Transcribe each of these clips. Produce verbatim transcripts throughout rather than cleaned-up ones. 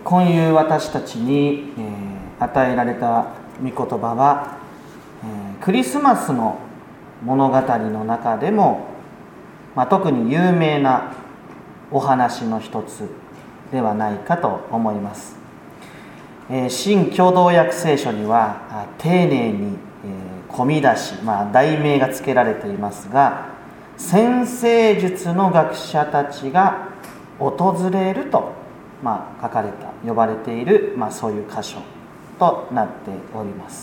今夕私たちに、えー、与えられた御言葉は、えー、クリスマスの物語の中でも、まあ、特に有名なお話の一つではないかと思います。えー、新共同訳聖書には丁寧に、えー、込み出し、まあ、題名が付けられていますが、占星術の学者たちが訪れると、まあ、書かれた呼ばれている、まあ、そういう箇所となっております。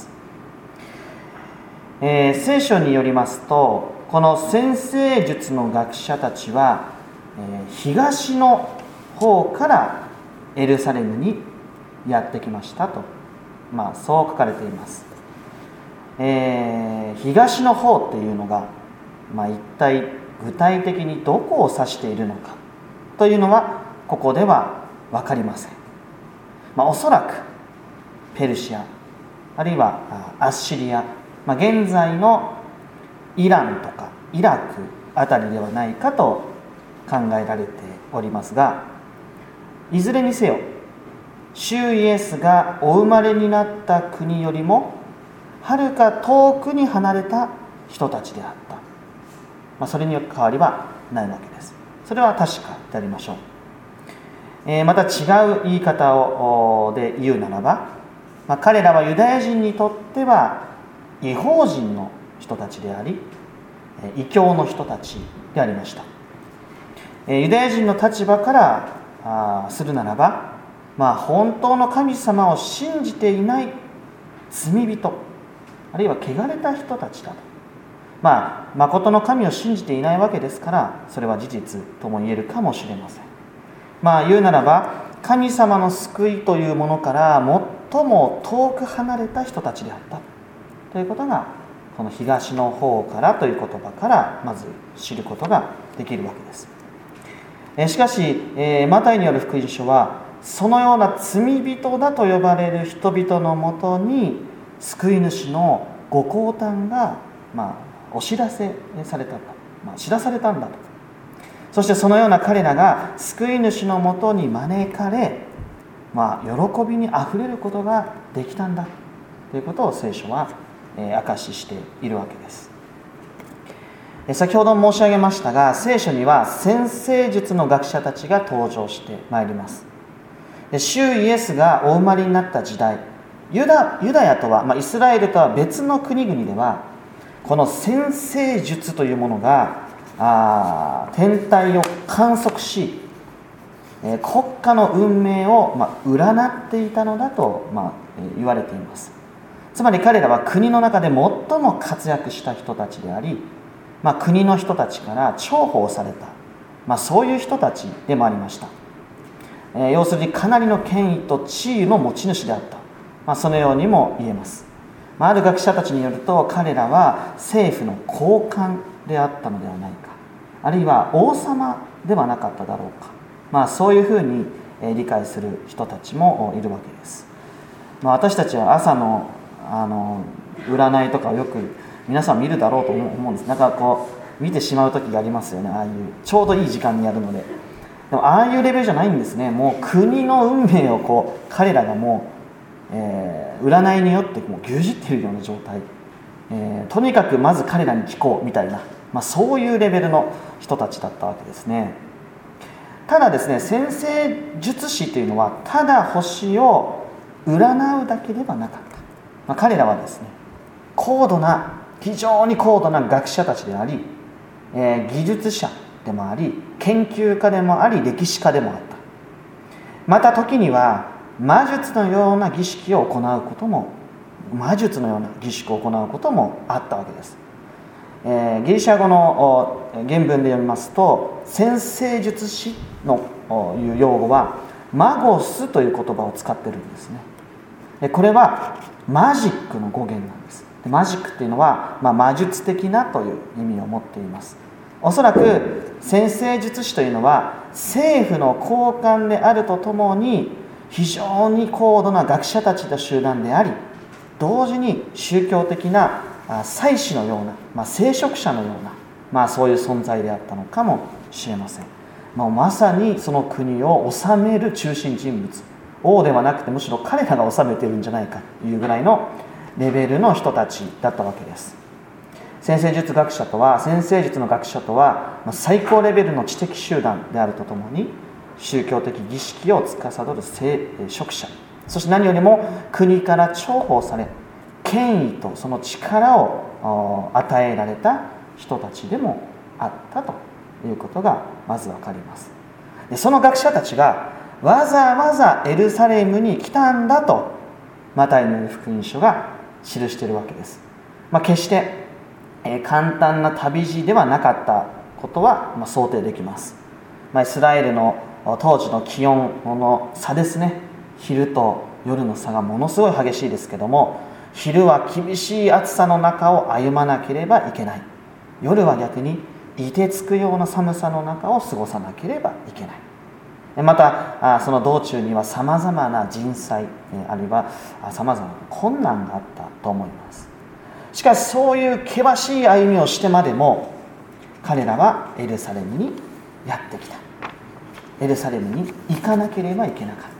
えー、聖書によりますと、この占星術の学者たちは、えー、東の方からエルサレムにやってきましたと、まあ、そう書かれています。えー、東の方っていうのが、まあ、一体具体的にどこを指しているのかというのはここでは分かりません。まあ、おそらくペルシア、あるいはアッシリア、まあ、現在のイランとかイラクあたりではないかと考えられておりますが、いずれにせよ主イエスがお生まれになった国よりもはるか遠くに離れた人たちであった、まあ、それによる変わりはないわけです。それは確かでありましょう。えー、また違う言い方をで言うならば、まあ、彼らはユダヤ人にとっては異邦人の人たちであり、異教の人たちでありました。えー、ユダヤ人の立場からあするならば、まあ、本当の神様を信じていない罪人、あるいは汚れた人たちだと、まあ、誠の神を信じていないわけですから、それは事実とも言えるかもしれません。まあ言うならば、神様の救いというものから最も遠く離れた人たちであったということが、この東の方からという言葉からまず知ることができるわけです。えしかし、えー、マタイによる福音書は、そのような罪人だと呼ばれる人々のもとに救い主のご降誕が、まあ、お知らせされたんだ、まあ、知らされたんだと。そしてそのような彼らが救い主のもとに招かれ、まあ、喜びにあふれることができたんだということを聖書は、えー、証ししているわけです。先ほど申し上げましたが、聖書には占星術の学者たちが登場してまいります。主イエスがお生まれになった時代、ユダ、ユダヤとは、まあ、イスラエルとは別の国々では、この占星術というものがあ天体を観測し、えー、国家の運命を、まあ、占っていたのだと、まあえー、言われています。つまり彼らは国の中で最も活躍した人たちであり、まあ、国の人たちから重宝された、まあ、そういう人たちでもありました。えー、要するにかなりの権威と地位の持ち主であった、まあ、そのようにも言えます。まあ、ある学者たちによると、彼らは政府の高官であったのではないか、あるいは王様ではなかっただろうか、まあ、そういうふうに理解する人たちもいるわけです。まあ、私たちは朝の、あの占いとかをよく皆さん見るだろうと思うんです。なんかこう見てしまう時がありますよね。ああいうちょうどいい時間にやるので。でもああいうレベルじゃないんですね。もう国の運命をこう彼らがもう、えー、占いによってもう牛耳っているような状態、えー、とにかくまず彼らに聞こうみたいな、まあ、そういうレベルの人たちだったわけですね。ただですね、占星術師というのはただ星を占うだけではなかった、まあ、彼らはですね、高度な非常に高度な学者たちであり、えー、技術者でもあり、研究家でもあり、歴史家でもあった。また時には魔術のような儀式を行うことも魔術のような儀式を行うこともあったわけです。えー、ギリシャ語の原文で読みますと、占星術師のいう用語はマゴスという言葉を使っているんですね。これはマジックの語源なんです。マジックっていうのは、まあ、魔術的なという意味を持っています。おそらく占星術師というのは政府の高官であるとともに非常に高度な学者たちの集団であり、同時に宗教的な祭司のような、まあ、聖職者のような、まあ、そういう存在であったのかもしれません。まあ、まさにその国を治める中心人物、 王ではなくてむしろ彼らが治めているんじゃないかというぐらいのレベルの人たちだったわけです。占星術学者とは占星術の学者とは最高レベルの知的集団であるとともに、宗教的儀式を司る聖職者、そして何よりも国から重宝され権威とその力を与えられた人たちでもあったということがまず分かります。でその学者たちがわざわざエルサレムに来たんだとマタイの福音書が記しているわけです。まあ、決して、えー、簡単な旅路ではなかったことは、まあ、想定できます。まあ、イスラエルの当時の気温の差ですね。昼と夜の差がものすごい激しいですけども、昼は厳しい暑さの中を歩まなければいけない。夜は逆に凍てつくような寒さの中を過ごさなければいけない。またその道中にはさまざまな人災、あるいはさまざまな困難があったと思います。しかしそういう険しい歩みをしてまでも彼らはエルサレムにやってきた。エルサレムに行かなければいけなかった。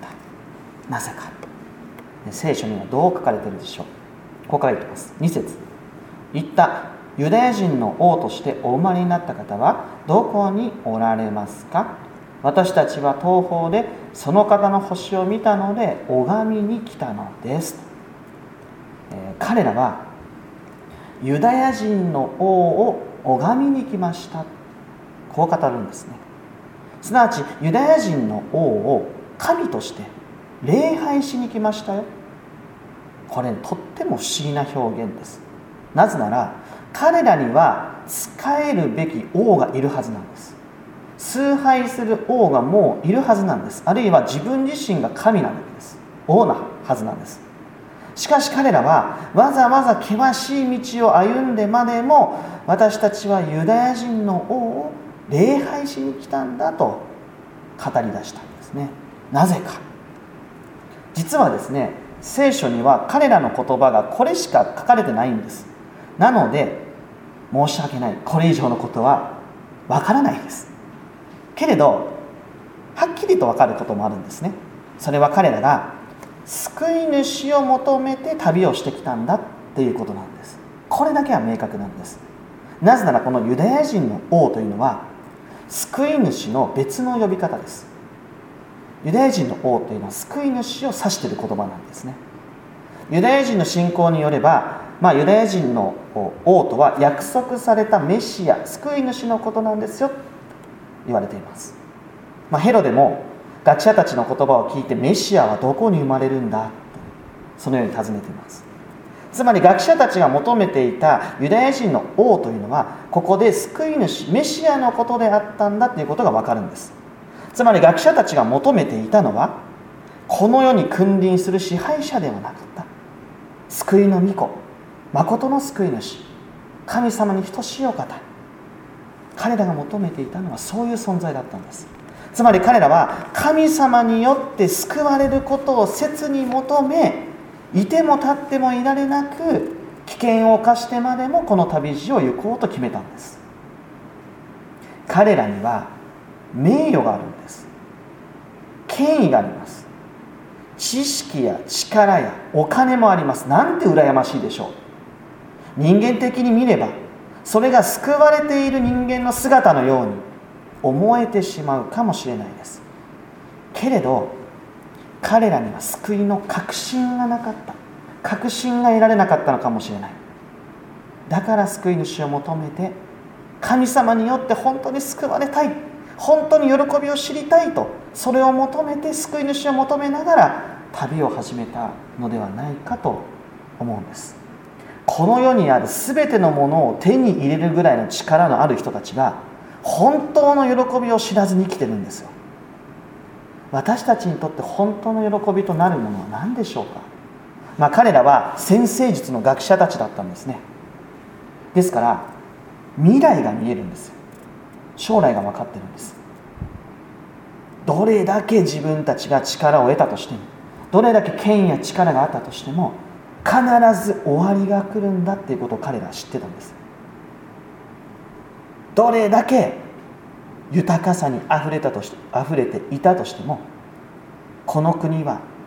なぜか。聖書にはどう書かれているでしょう。こう書いています。に節。言った。ユダヤ人の王としてお生まれになった方はどこにおられますか。私たちは東方でその方の星を見たので拝みに来たのです、えー、彼らはユダヤ人の王を拝みに来ました、こう語るんですね。すなわちユダヤ人の王を神として礼拝しに来ましたよ。これとっても不思議な表現です。なぜなら彼らには仕えるべき王がいるはずなんです。崇拝する王がもういるはずなんです。あるいは自分自身が神なんです。王なはずなんです。しかし彼らはわざわざ険しい道を歩んでまでも私たちはユダヤ人の王を礼拝しに来たんだと語り出したんですね。なぜか。実はですね、聖書には彼らの言葉がこれしか書かれてないんです。なので申し訳ない、これ以上のことはわからないです。けれどはっきりとわかることもあるんですね。それは彼らが救い主を求めて旅をしてきたんだっていうことなんです。これだけは明確なんです。なぜならこのユダヤ人の王というのは救い主の別の呼び方です。ユダヤ人の王というのは救い主を指している言葉なんですね。ユダヤ人の信仰によれば、まあ、ユダヤ人の王とは約束されたメシア、救い主のことなんですよと言われています。まあ、ヘロデも学者たちの言葉を聞いてメシアはどこに生まれるんだとそのように尋ねています。つまり学者たちが求めていたユダヤ人の王というのはここで救い主メシアのことであったんだということが分かるんです。つまり学者たちが求めていたのはこの世に君臨する支配者ではなかった救いの御子、誠の救い主、神様に等しいお方、彼らが求めていたのはそういう存在だったんです。つまり彼らは神様によって救われることを切に求め、いても立ってもいられなく危険を冒してまでもこの旅路を行こうと決めたんです。彼らには名誉があるんです。権威があります。知識や力やお金もあります。なんて羨ましいでしょう。人間的に見ればそれが救われている人間の姿のように思えてしまうかもしれないです。けれど彼らには救いの確信がなかった。確信が得られなかったのかもしれない。だから救い主を求めて神様によって本当に救われたい、本当に喜びを知りたいとそれを求めて救い主を求めながら旅を始めたのではないかと思うんです。この世にある全てのものを手に入れるぐらいの力のある人たちが本当の喜びを知らずに生きてるんですよ。私たちにとって本当の喜びとなるものは何でしょうか。まあ彼らは占星術の学者たちだったんですね。ですから未来が見えるんですよ。将来が分かってるんです。どれだけ自分たちが力を得たとしても、どれだけ権威や力があったとしても必ず終わりが来るんだっていうことを彼らは知ってたんです。どれだけ豊かさにあふれたとして、あふれていたとしてもこの国は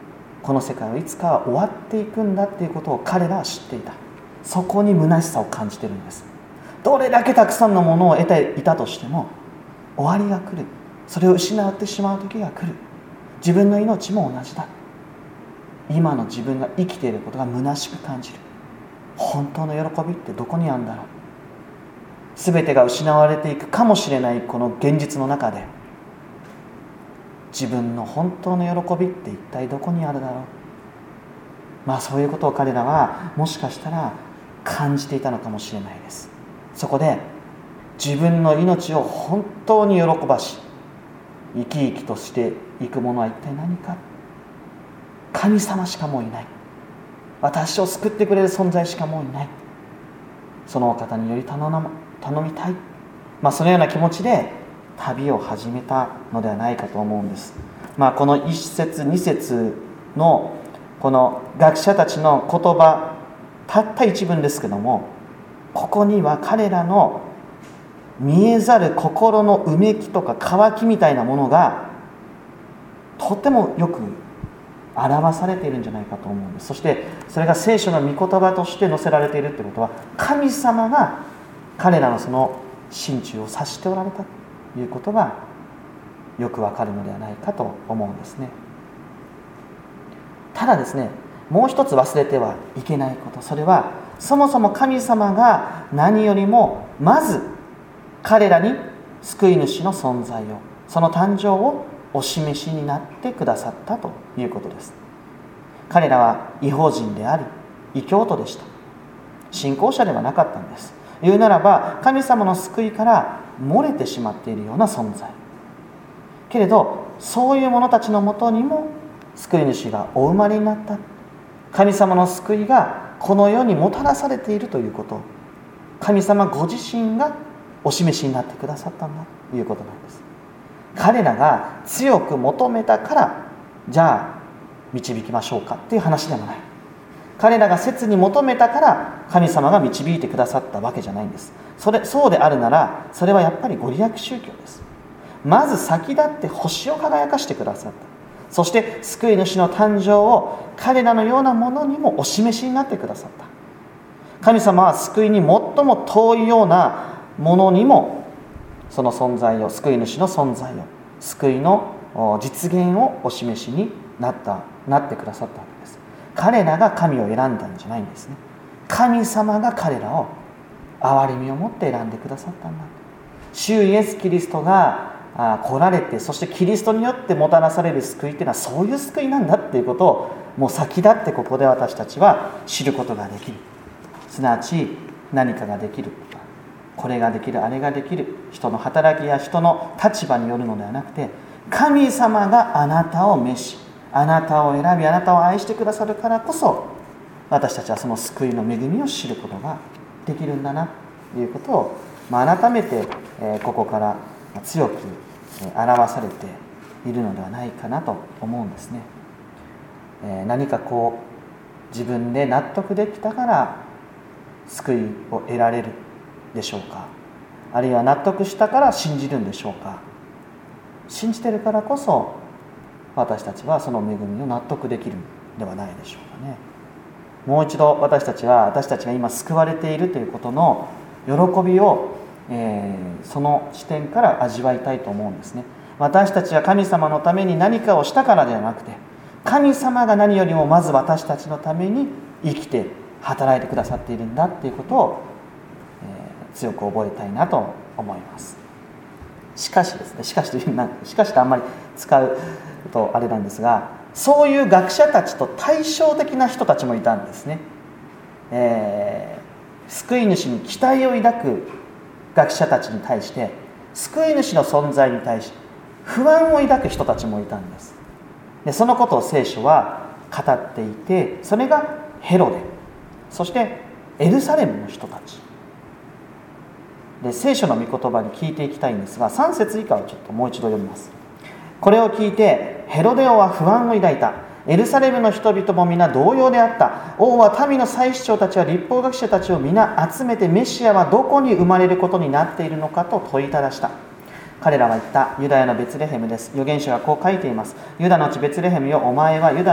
この世界はいつかは終わっていくんだっていうことを彼らは知っていた。そこに虚しさを感じているんです。どれだけたくさんのものを得ていたとしても終わりが来る。それを失ってしまう時が来る。自分の命も同じだ。今の自分が生きていることが虚しく感じる。本当の喜びってどこにあるんだろう。全てが失われていくかもしれないこの現実の中で、自分の本当の喜びって一体どこにあるだろう。まあそういうことを彼らはもしかしたら感じていたのかもしれないです。そこで自分の命を本当に喜ばし生き生きとしていくものは一体何か。神様しかもういない。私を救ってくれる存在しかもういない。そのお方により頼みたい、まあ、そのような気持ちで旅を始めたのではないかと思うんです。まあ、このいっ節に節のこの学者たちの言葉、たった一文ですけども、ここには彼らの見えざる心のうめきとか渇きみたいなものがとてもよく表されているんじゃないかと思うんです。そしてそれが聖書の御言葉として載せられているということは、神様が彼らのその心中を察しておられたということがよくわかるのではないかと思うんですね。ただですね、もう一つ忘れてはいけないこと、それはそもそも神様が何よりもまず彼らに救い主の存在を、その誕生をお示しになってくださったということです。彼らは異邦人であり異教徒でした。信仰者ではなかったんです。言うならば神様の救いから漏れてしまっているような存在。けれどそういう者たちのもとにも救い主がお生まれになった。神様の救いがこの世にもたらされているということ、神様ご自身がお示しになってくださったんだということなんです。彼らが強く求めたからじゃあ導きましょうかっていう話でもない。彼らが切に求めたから神様が導いてくださったわけじゃないんです。それそうであるならそれはやっぱりご利益宗教です。まず先立って星を輝かしてくださった。そして救い主の誕生を彼らのようなものにもお示しになってくださった。神様は救いに最も遠いようなものにもその存在を、救い主の存在を、救いの実現をお示しになったなってくださったわけです。彼らが神を選んだんじゃないんですね。神様が彼らを憐れみを持って選んでくださったんだ。主イエス・キリストが来られて、そしてキリストによってもたらされる救いというのはそういう救いなんだっていうことをもう先立ってここで私たちは知ることができる。すなわち何かができる、これができる、あれができる、人の働きや人の立場によるのではなくて、神様があなたを召し、あなたを選び、あなたを愛してくださるからこそ私たちはその救いの恵みを知ることができるんだなということを、まあ、改めてここから強く表されているのではないかなと思うんですね。何かこう自分で納得できたから救いを得られるでしょうか、あるいは納得したから信じるんでしょうか。信じてるからこそ私たちはその恵みを納得できるんではないでしょうかね。もう一度私たちは私たちが今救われているということの喜びを、えー、その視点から味わいたいと思うんですね。私たちは神様のために何かをしたからではなくて、神様が何よりもまず私たちのために生きて働いてくださっているんだということを、えー、強く覚えたいなと思います。しかしですね、しかしというな、しかしとあんまり使うとあれなんですが、そういう学者たちと対照的な人たちもいたんですね。えー、救い主に期待を抱く学者たちに対して、救い主の存在に対し不安を抱く人たちもいたんです。で、そのことを聖書は語っていて、それがヘロデ、そしてエルサレムの人たちで、聖書の御言葉に聞いていきたいんですが、さん節以下をちょっともう一度読みます。これを聞いてヘロデ王は不安を抱いた。エルサレムの人々も皆同様であった。王は民の祭司長たちは律法学者たちを皆集めて、メシアはどこに生まれることになっているのかと問いただした。彼らは言った。ユダヤのベツレヘムです。預言者がこう書いています。ユダの地ベツレヘムよ、お前はユダの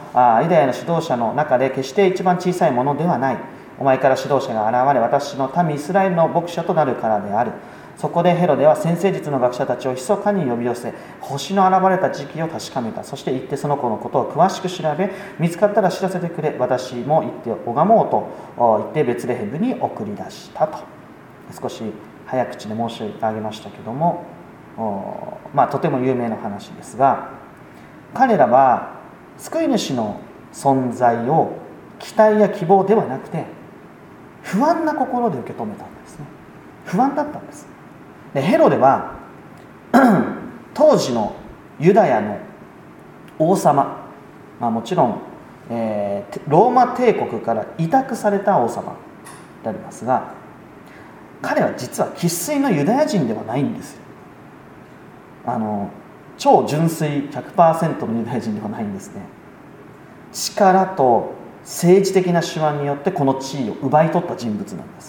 あユダヤの指導者の中で決して一番小さいものではない。お前から指導者が現れ、私の民イスラエルの牧者となるからである。そこでヘロデは先生術の学者たちを密かに呼び寄せ、星の現れた時期を確かめた。そして行ってその子のことを詳しく調べ、見つかったら知らせてくれ、私も行って拝もうと言ってベツレヘムに送り出したと。少し早口で申し上げましたけども、まあ、とても有名な話ですが、彼らは救い主の存在を期待や希望ではなくて不安な心で受け止めたんですね。不安だったんです。でヘロデは当時のユダヤの王様、まあ、もちろん、えー、ローマ帝国から委託された王様でありますが、彼は実は生粋のユダヤ人ではないんですよ。あの超純粋 ひゃくパーセント のユダヤ人ではないんですね。力と政治的な手腕によってこの地位を奪い取った人物なんです。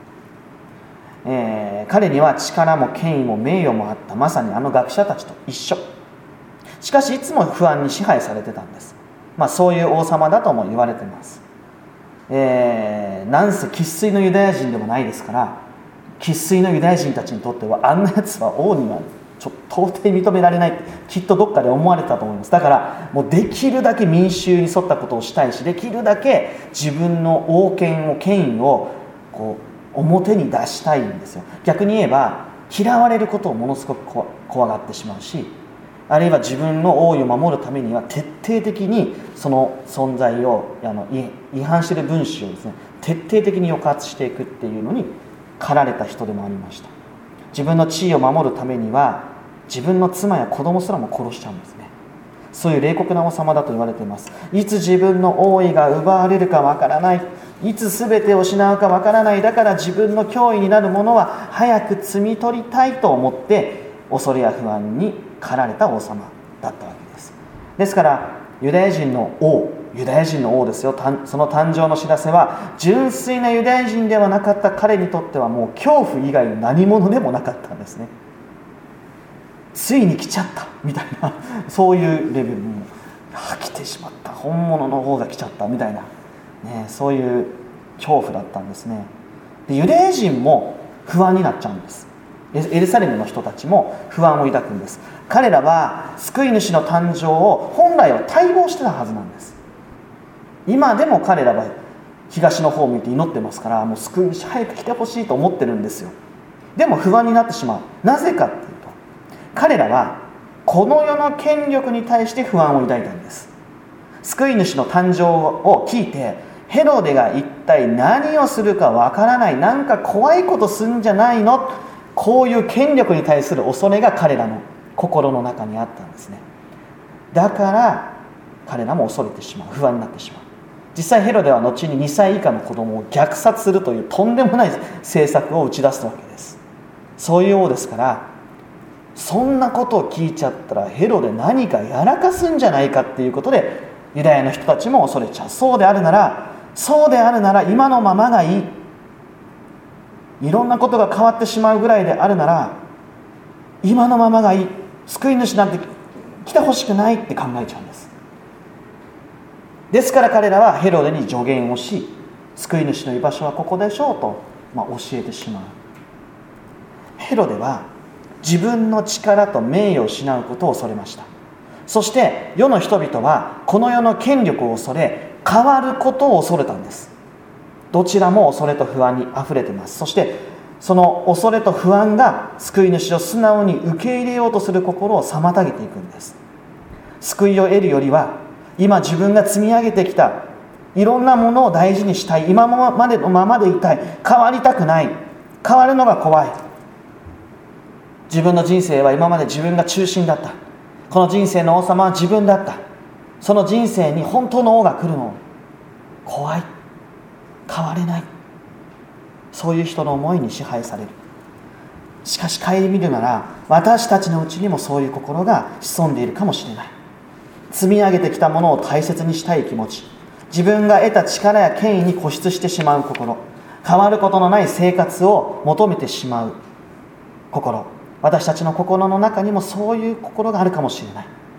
えー、彼には力も権威も名誉もあった。まさにあの学者たちと一緒。しかしいつも不安に支配されてたんです。まあそういう王様だとも言われています。えー、なんせ生粋のユダヤ人でもないですから、生粋のユダヤ人たちにとってはあんなやつは王にはちょっと到底認められないってきっとどっかで思われてたと思います。だからもうできるだけ民衆に沿ったことをしたいし、できるだけ自分の王権を権威をこう表に出したいんですよ。逆に言えば嫌われることをものすごく怖がってしまうし、あるいは自分の王位を守るためには徹底的にその存在をあの違反している分子をですね、徹底的に抑圧していくっていうのに駆られた人でもありました。自分の地位を守るためには自分の妻や子供すらも殺しちゃうんですね。そういう冷酷な王様だと言われています。いつ自分の王位が奪われるかわからない、いつ全てを失うかわからない。だから自分の脅威になるものは早く摘み取りたいと思って恐れや不安に駆られた王様だったわけです。ですからユダヤ人の王、ユダヤ人の王ですよ、その誕生の知らせは純粋なユダヤ人ではなかった彼にとってはもう恐怖以外の何者でもなかったんですね。ついに来ちゃったみたいな、そういうレベルも来てしまった、本物の方が来ちゃったみたいな、ね、そういう恐怖だったんですね。でユダヤ人も不安になっちゃうんです。エルサレムの人たちも不安を抱くんです。彼らは救い主の誕生を本来は待望してたはずなんです。今でも彼らは東の方を見て祈ってますから、もう救い主早く来てほしいと思ってるんですよ。でも不安になってしまう。なぜかっていうと、彼らはこの世の権力に対して不安を抱いたんです。救い主の誕生を聞いてヘロデが一体何をするかわからない、なんか怖いことするんじゃないの、こういう権力に対する恐れが彼らの心の中にあったんですね。だから彼らも恐れてしまう、不安になってしまう。実際ヘロデは後ににさい以下の子供を虐殺するというとんでもない政策を打ち出すわけです。そういう王ですから、そんなことを聞いちゃったらヘロデ何かやらかすんじゃないかっていうことでユダヤの人たちも恐れちゃう。そうであるならそうであるなら今のままがいい、いろんなことが変わってしまうぐらいであるなら今のままがいい、救い主なんて来てほしくないって考えちゃうんです。ですから彼らはヘロデに助言をし、救い主の居場所はここでしょうと、まあ、教えてしまう。ヘロデは自分の力と名誉を失うことを恐れました。そして世の人々はこの世の権力を恐れ、変わることを恐れたんです。どちらも恐れと不安にあふれています。そしてその恐れと不安が救い主を素直に受け入れようとする心を妨げていくんです。救いを得るよりは今自分が積み上げてきたいろんなものを大事にしたい、今までのままでいたい、変わりたくない、変わるのが怖い、自分の人生は今まで自分が中心だった、この人生の王様は自分だった、その人生に本当の王が来るの怖い、変われない、そういう人の思いに支配される。しかし顧みるなら私たちのうちにもそういう心が潜んでいるかもしれない。積み上げてきたものを大切にしたい気持ち、自分が得た力や権威に固執してしまう心、変わることのない生活を求めてしまう心、私たちの心の中にもそういう心があるかもしれない。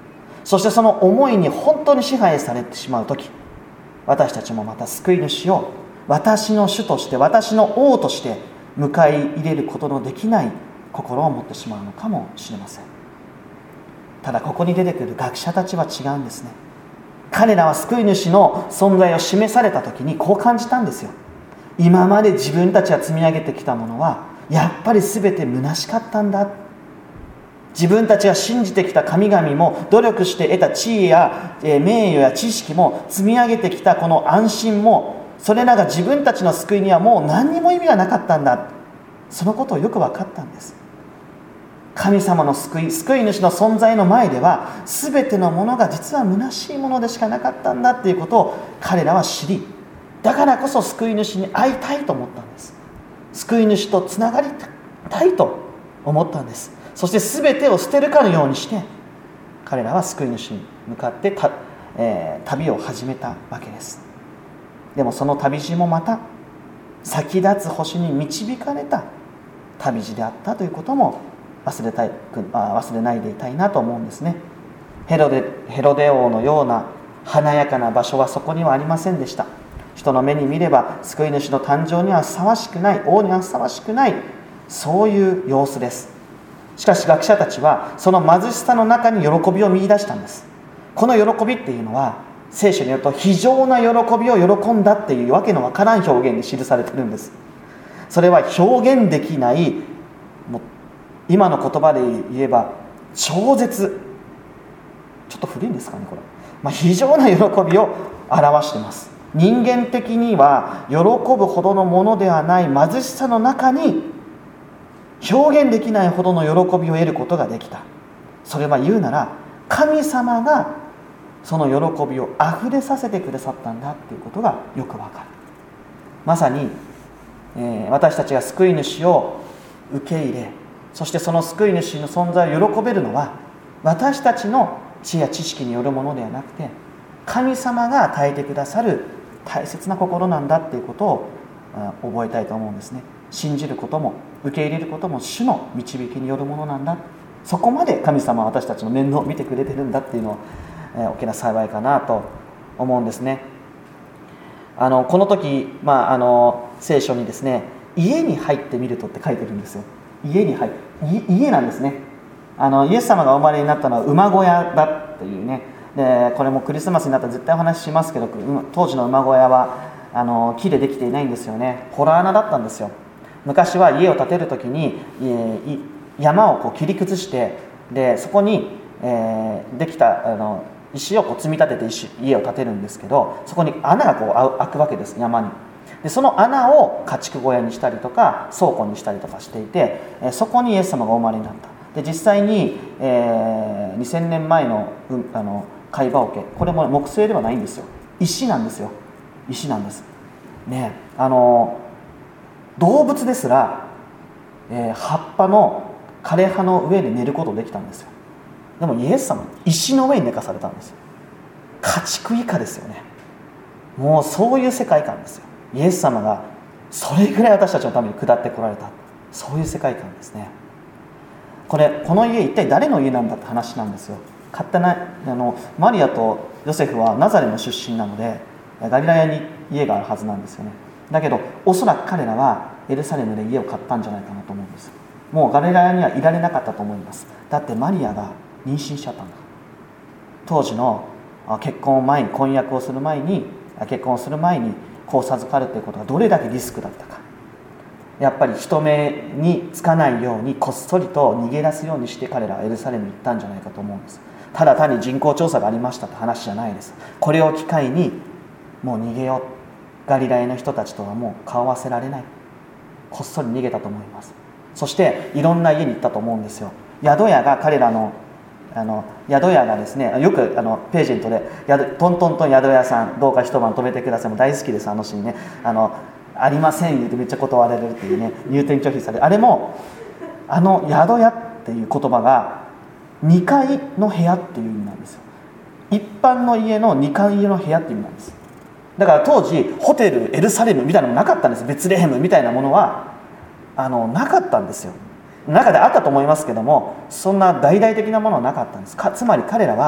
そしてその思いに本当に支配されてしまうとき、私たちもまた救い主を私の主として、私の王として迎え入れることのできない心を持ってしまうのかもしれません。ただここに出てくる学者たちは違うんですね。彼らは救い主の存在を示された時にこう感じたんですよ。今まで自分たちが積み上げてきたものはやっぱり全て虚しかったんだ。自分たちが信じてきた神々も努力して得た地位や名誉や知識も積み上げてきたこの安心も、それらが自分たちの救いにはもう何にも意味がなかったんだ。そのことをよく分かったんです。神様の救い、救い主の存在の前では全てのものが実は虚しいものでしかなかったんだっていうことを彼らは知り、だからこそ救い主に会いたいと思ったんです。救い主とつながりたいと思ったんです。そして全てを捨てるかのようにして彼らは救い主に向かってた、えー、旅を始めたわけです。でもその旅路もまた先立つ星に導かれた旅路であったということも忘れたい、忘れないでいたいなと思うんですね。ヘロデ、ヘロデ王のような華やかな場所はそこにはありませんでした。人の目に見れば救い主の誕生にはふさわしくない、王にはふさわしくない、そういう様子です。しかし学者たちはその貧しさの中に喜びを見出したんです。この喜びっていうのは聖書によると非常な喜びを喜んだっていうわけのわからん表現で記されているんです。それは表現できない、もう今の言葉で言えば超絶、ちょっと古いんですかねこれ、まあ、非常な喜びを表しています。人間的には喜ぶほどのものではない貧しさの中に表現できないほどの喜びを得ることができた。それは言うなら神様がその喜びをあふれさせてくださったんだということがよくわかる。まさに、えー、私たちが救い主を受け入れ、そしてその救い主の存在を喜べるのは私たちの知恵や知識によるものではなくて、神様が与えてくださる大切な心なんだということを覚えたいと思うんですね。信じることも受け入れることも主の導きによるものなんだ。そこまで神様は私たちの面倒を見てくれてるんだっていうのを、えー、大きな幸いかなと思うんですね。あのこの時、まあ、あの聖書にですね、家に入ってみるとって書いてるんですよ。家に入って家なんですね。あのイエス様がお生まれになったのは馬小屋だっていうね。でこれもクリスマスになったら絶対お話ししますけど、当時の馬小屋はあの木でできていないんですよね。洞穴だったんですよ。昔は家を建てるときに、えー、山をこう切り崩して、でそこに、えー、できたあの石をこう積み立てて石家を建てるんですけど、そこに穴がこう開くわけです、山に。でその穴を家畜小屋にしたりとか倉庫にしたりとかしていて、えー、そこにイエス様がお生まれになった。で実際に、えー、にせんねんまえの、うん、あの貝羽桶、これも木製ではないんですよ。石なんですよ。石なんですね。あの動物ですら、えー、葉っぱの枯れ葉の上で寝ることできたんですよ。でもイエス様石の上に寝かされたんですよ。家畜以下ですよね。もうそういう世界観ですよ。イエス様がそれぐらい私たちのために下ってこられた、そういう世界観ですね。これこの家一体誰の家なんだって話なんですよ。勝手なあのマリアとヨセフはナザレの出身なのでガリラヤに家があるはずなんですよね。だけどおそらく彼らはエルサレムで家を買ったんじゃないかなと思うんです。もうガリラヤにはいられなかったと思います。だってマリアが妊娠しちゃったんだ。当時の結婚を前に婚約をする前に結婚をする前に子を授かるということがどれだけリスクだったか。やっぱり人目につかないようにこっそりと逃げ出すようにして彼らはエルサレムに行ったんじゃないかと思うんです。ただ単に人口調査がありましたって話じゃないです。これを機会にもう逃げよう、ガリラヤの人たちとはもう顔合わせられない、こっそり逃げたと思います。そしていろんな家に行ったと思うんですよ。宿屋が彼らのあの宿屋がですね、よくあのページェントで宿トントントン宿屋さんどうか一晩泊めてください、もう大好きです。あのシーンね、あのありません言ってめっちゃ断られるっていうね、入店拒否される。あれもあの宿屋っていう言葉がにかいの部屋っていう意味なんですよ。一般の家のにかいの部屋っていう意味なんです。だから当時ホテルエルサレムみたいなのもなかったんです。ベツレヘムみたいなものはあのなかったんですよ。中であったと思いますけども、そんな大々的なものはなかったんです。かつまり彼らは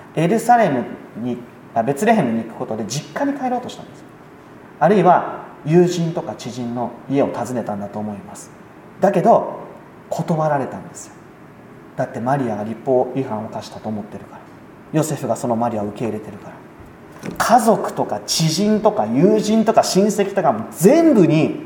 エルサレムにベツレヘムに行くことで実家に帰ろうとしたんです。あるいは友人とか知人の家を訪ねたんだと思います。だけど断られたんですよ。だってマリアが律法違反を犯したと思ってるから、ヨセフがそのマリアを受け入れてるから。家族とか知人とか友人とか親戚とかも全部に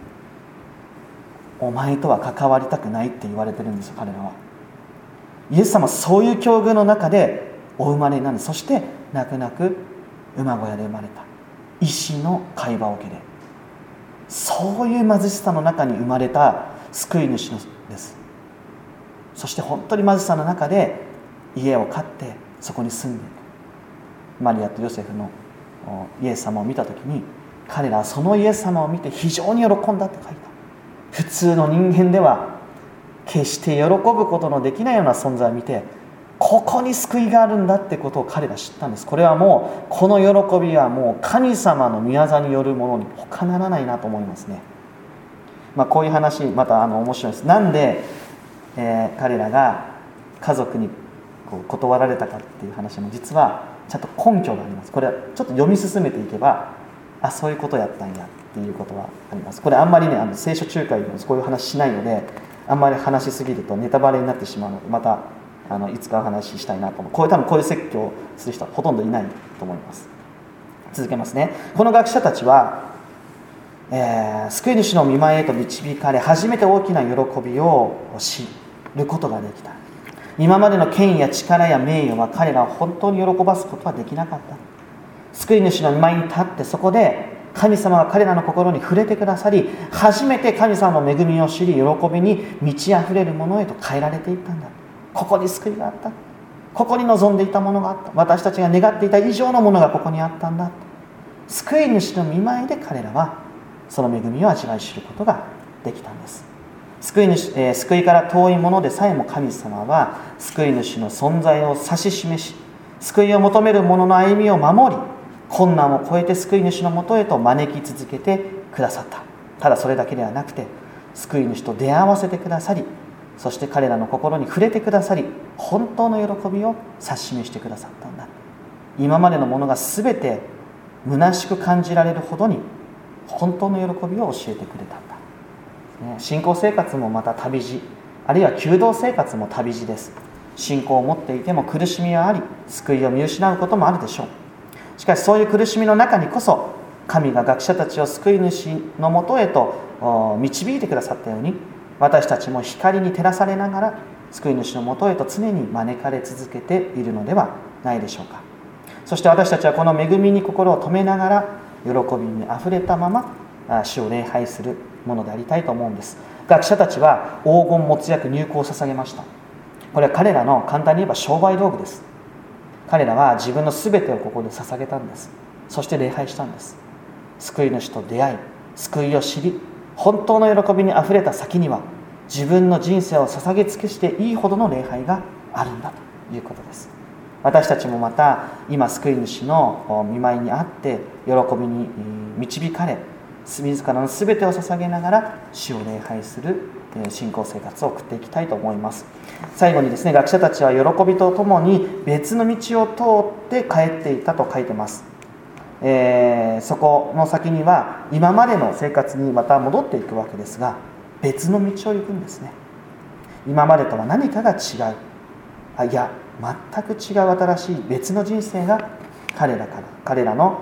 お前とは関わりたくないって言われてるんですよ、彼らは。イエス様はそういう境遇の中でお生まれになる。そして泣く泣く馬小屋で生まれた石の会話桶で、そういう貧しさの中に生まれた救い主です。そして本当に貧しさの中で家を買ってそこに住んでいくマリアとヨセフのイエス様を見たときに、彼らはそのイエス様を見て非常に喜んだって書いた。普通の人間では決して喜ぶことのできないような存在を見て、ここに救いがあるんだってことを彼ら知ったんです。これはもうこの喜びはもう神様の御業によるものに他ならないなと思いますね。まあ、こういう話またあの面白いです。なんで、えー、彼らが家族にこう断られたかっていう話も実はちゃんと根拠があります。これはちょっと読み進めていけば、あ、そういうことやったんやっていうことはあります。これあんまりね、あの聖書仲介でもこういう話しないので、あんまり話しすぎるとネタバレになってしまうので、またあのいつかお話ししたいなと思う。こういう多分こういう説教をする人はほとんどいないと思います。続けますね。この学者たちは、えー、救い主の御前へと導かれ、初めて大きな喜びを知ることができた。今までの権威や力や名誉は彼らを本当に喜ばすことはできなかった。救い主の御前に立って、そこで神様が彼らの心に触れてくださり、初めて神様の恵みを知り、喜びに満ち溢れるものへと変えられていったんだ。ここに救いがあった。ここに望んでいたものがあった。私たちが願っていた以上のものがここにあったんだ。救い主の御前で彼らはその恵みを味わい知ることができたんです。救い主、えー、救いから遠いものでさえも神様は救い主の存在を指し示し、救いを求める者の歩みを守り、困難を超えて救い主のもとへと招き続けてくださった。ただそれだけではなくて、救い主と出会わせてくださり、そして彼らの心に触れてくださり、本当の喜びを指し示してくださったんだ。今までのものが全て虚しく感じられるほどに本当の喜びを教えてくれたんだ。信仰生活もまた旅路、あるいは求道生活も旅路です。信仰を持っていても苦しみはあり、救いを見失うこともあるでしょう。しかしそういう苦しみの中にこそ、神が学者たちを救い主のもとへと導いてくださったように、私たちも光に照らされながら救い主のもとへと常に招かれ続けているのではないでしょうか。そして私たちはこの恵みに心を留めながら、喜びにあふれたまま主を礼拝するものでありたいと思うんです。学者たちは黄金没薬入香を捧げました。これは彼らの簡単に言えば商売道具です。彼らは自分の全てをここで捧げたんです。そして礼拝したんです。救い主と出会い、救いを知り、本当の喜びにあふれた先には、自分の人生を捧げ尽くしていいほどの礼拝があるんだということです。私たちもまた今救い主の御前にあって喜びに導かれ、自らの全てを捧げながら主を礼拝する信仰生活を送っていきたいと思います。最後にですね、学者たちは喜びとともに別の道を通って帰っていたと書いてます。えー、そこの先には今までの生活にまた戻っていくわけですが、別の道を行くんですね。今までとは何かが違う、あいや全く違う新しい別の人生が彼らから彼らの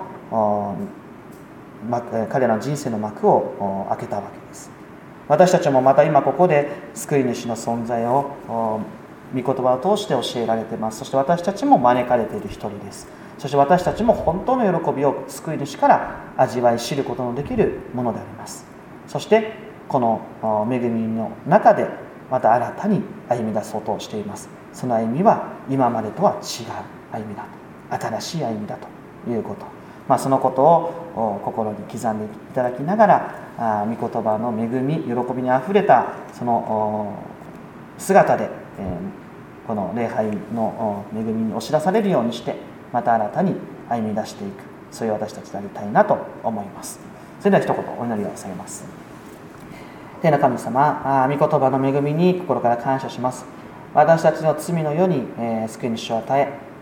彼らの人生の幕を開けたわけです。私たちもまた今ここで救い主の存在を御言葉を通して教えられています。そして私たちも招かれている一人です。そして私たちも本当の喜びを救い主から味わい知ることのできるものであります。そしてこの恵みの中でまた新たに歩み出そうとしています。その歩みは今までとは違う歩みだと、新しい歩みだということ、まあ、そのことを心に刻んでいただきながら、御言葉の恵み、喜びにあふれたその姿でこの礼拝の恵みに押し出されるようにして、また新たに歩み出していく、そういう私たちでありたいなと思います。それでは一言お祈りをされます。天の神様、御言葉の恵みに心から感謝します。私たちの罪の世に、えー、救い主を与え、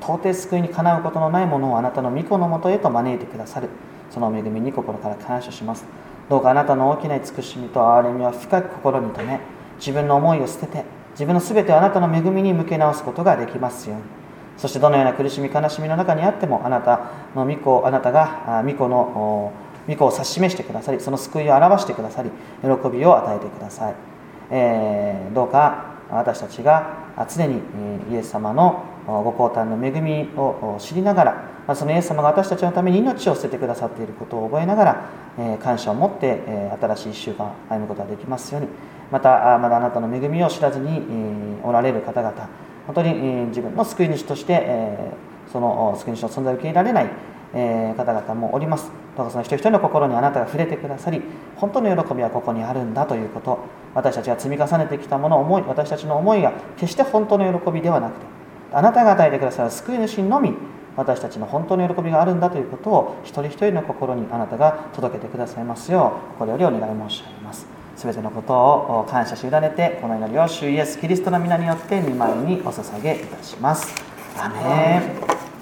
到底救いにかなうことのないものをあなたの御子のもとへと招いてくださる、その恵みに心から感謝します。どうかあなたの大きな慈しみと憐れみを深く心に留め、自分の思いを捨てて自分のすべてをあなたの恵みに向け直すことができますように。そしてどのような苦しみ悲しみの中にあっても、あなたの御子あなたが御子の御子を指し示してくださり、その救いを表してくださり、喜びを与えてください。えー、どうか私たちが常にイエス様のご降誕の恵みを知りながら、そのイエス様が私たちのために命を捨ててくださっていることを覚えながら、感謝を持って新しいいっしゅうかん歩むことができますように。またまだあなたの恵みを知らずにおられる方々、本当に自分の救い主としてその救い主の存在を受け入れられない方々もおります。どうかその一人一人の心にあなたが触れてくださり、本当の喜びはここにあるんだということ、私たちが積み重ねてきたもの、思い、私たちの思いが決して本当の喜びではなくて、あなたが与えてくださる救い主のみ私たちの本当の喜びがあるんだということを、一人一人の心にあなたが届けてくださいますよう、心よりお願い申し上げます。すべてのことを感謝し委ねて、この祈りを主イエスキリストの皆によって御前にお捧げいたします。アーメン。